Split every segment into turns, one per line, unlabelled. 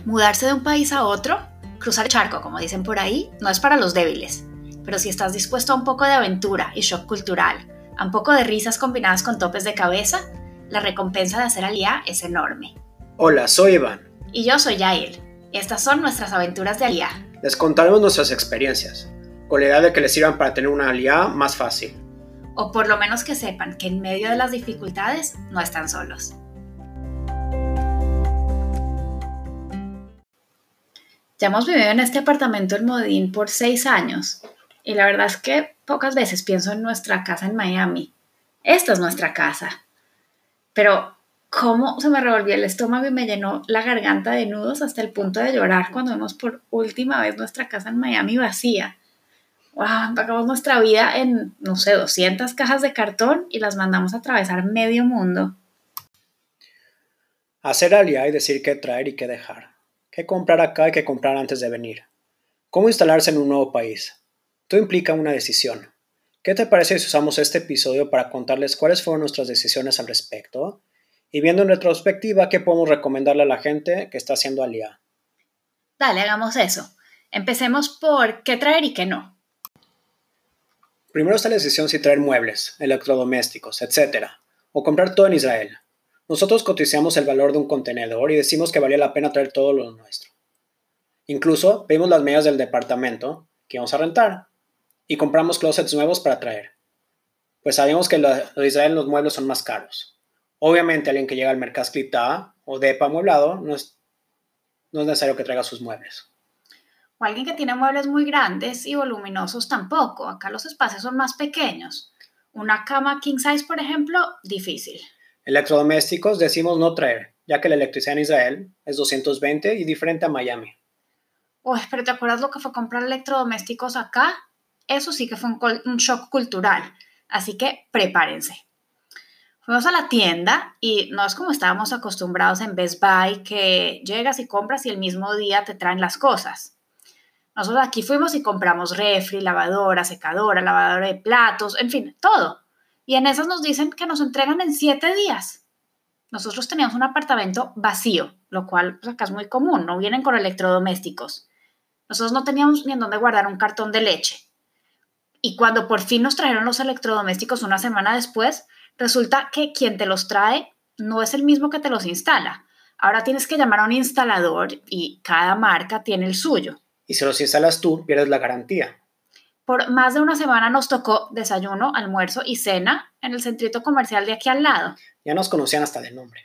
Mudarse de un país a otro, cruzar el charco, como dicen por ahí, no es para los débiles. Pero si estás dispuesto a un poco de aventura y shock cultural, a un poco de risas combinadas con topes de cabeza, la recompensa de hacer Aliá es enorme.
Hola, soy Iván.
Y yo soy Yael. Estas son nuestras aventuras de Aliá.
Les contaremos nuestras experiencias, con la idea de que les sirvan para tener una Aliá más fácil.
O por lo menos que sepan que en medio de las dificultades no están solos. Ya hemos vivido en este apartamento en Modín por 6 años y la verdad es que pocas veces pienso en nuestra casa en Miami. Esta es nuestra casa. Pero cómo se me revolvió el estómago y me llenó la garganta de nudos hasta el punto de llorar cuando vimos por última vez nuestra casa en Miami vacía. Wow, empacamos nuestra vida en, 200 cajas de cartón y las mandamos a atravesar medio mundo.
Hacer Aliá y decir qué traer y qué dejar. ¿Qué comprar acá y qué comprar antes de venir? ¿Cómo instalarse en un nuevo país? Todo implica una decisión. ¿Qué te parece si usamos este episodio para contarles cuáles fueron nuestras decisiones al respecto? Y viendo en retrospectiva, ¿qué podemos recomendarle a la gente que está haciendo Aliá?
Dale, hagamos eso. Empecemos por qué traer y qué no.
Primero está la decisión si traer muebles, electrodomésticos, etc. O comprar todo en Israel. Nosotros cotizamos el valor de un contenedor y decimos que valía la pena traer todo lo nuestro. Incluso pedimos las medidas del departamento que íbamos a rentar y compramos closets nuevos para traer. Pues sabíamos que lo de Israel los muebles son más caros. Obviamente alguien que llega al Mercaz Clipta o depa amueblado no es necesario que traiga sus muebles.
O alguien que tiene muebles muy grandes y voluminosos tampoco. Acá los espacios son más pequeños. Una cama king size, por ejemplo, difícil.
Electrodomésticos decimos no traer, ya que la electricidad en Israel es 220 y diferente a Miami.
Uy, pero ¿te acuerdas lo que fue comprar electrodomésticos acá? Eso sí que fue un shock cultural. Así que prepárense. Fuimos a la tienda y no es como estábamos acostumbrados en Best Buy, que llegas y compras y el mismo día te traen las cosas. Nosotros aquí fuimos y compramos refri, lavadora, secadora, lavadora de platos, en fin, todo. Y en esas nos dicen que nos entregan en 7 días. Nosotros teníamos un apartamento vacío, lo cual pues acá es muy común, no vienen con electrodomésticos. Nosotros no teníamos ni en dónde guardar un cartón de leche. Y cuando por fin nos trajeron los electrodomésticos una semana después, resulta que quien te los trae no es el mismo que te los instala. Ahora tienes que llamar a un instalador y cada marca tiene el suyo.
Y si los instalas tú, pierdes la garantía.
Por más de una semana nos tocó desayuno, almuerzo y cena en el centrito comercial de aquí al lado.
Ya nos conocían hasta de nombre.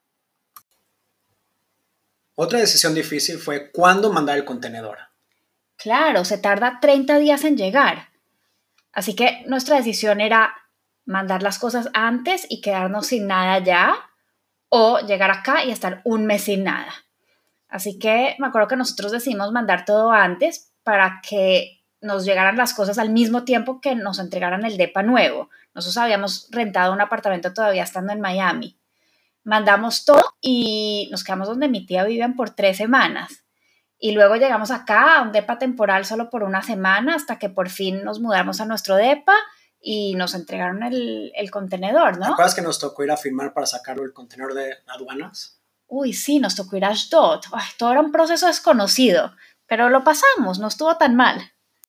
Otra decisión difícil fue cuándo mandar el contenedor.
Claro, se tarda 30 días en llegar. Así que nuestra decisión era mandar las cosas antes y quedarnos sin nada ya, o llegar acá y estar un mes sin nada. Así que me acuerdo que nosotros decidimos mandar todo antes para que nos llegaran las cosas al mismo tiempo que nos entregaran el depa nuevo. Nosotros habíamos rentado un apartamento todavía estando en Miami. Mandamos todo y nos quedamos donde mi tía vivían por 3 semanas. Y luego llegamos acá a un depa temporal solo por una semana hasta que por fin nos mudamos a nuestro depa y nos entregaron el contenedor, ¿no?
¿Te acuerdas que nos tocó ir a firmar para sacarlo el contenedor de aduanas?
Uy, sí, nos tocó ir a Ashdod. Ay, todo era un proceso desconocido, pero lo pasamos, no estuvo tan mal.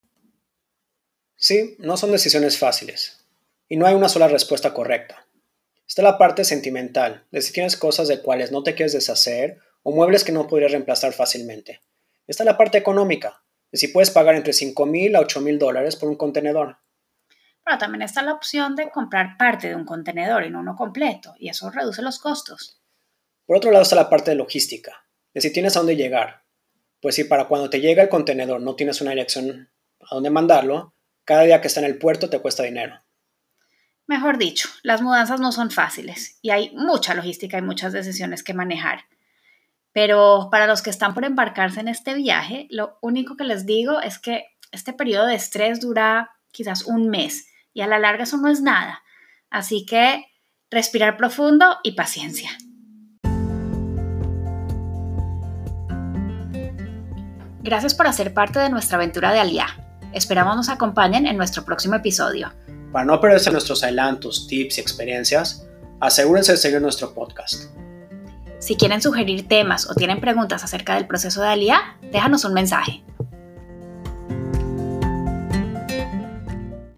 Sí, no son decisiones fáciles. Y no hay una sola respuesta correcta. Está la parte sentimental, de si tienes cosas de cuales no te quieres deshacer o muebles que no podrías reemplazar fácilmente. Está la parte económica, de si puedes pagar entre $5,000 a $8,000 por un contenedor.
Pero también está la opción de comprar parte de un contenedor y no uno completo, y eso reduce los costos.
Por otro lado está la parte de logística, de si tienes a dónde llegar. Pues si para cuando te llega el contenedor no tienes una dirección a dónde mandarlo, cada día que está en el puerto te cuesta dinero.
Mejor dicho, las mudanzas no son fáciles y hay mucha logística y muchas decisiones que manejar. Pero para los que están por embarcarse en este viaje, lo único que les digo es que este periodo de estrés dura quizás un mes y a la larga eso no es nada. Así que respirar profundo y paciencia. Gracias por hacer parte de nuestra aventura de Aliá. Esperamos nos acompañen en nuestro próximo episodio.
Para no perderse nuestros adelantos, tips y experiencias, asegúrense de seguir nuestro podcast.
Si quieren sugerir temas o tienen preguntas acerca del proceso de Aliyah, déjanos un mensaje.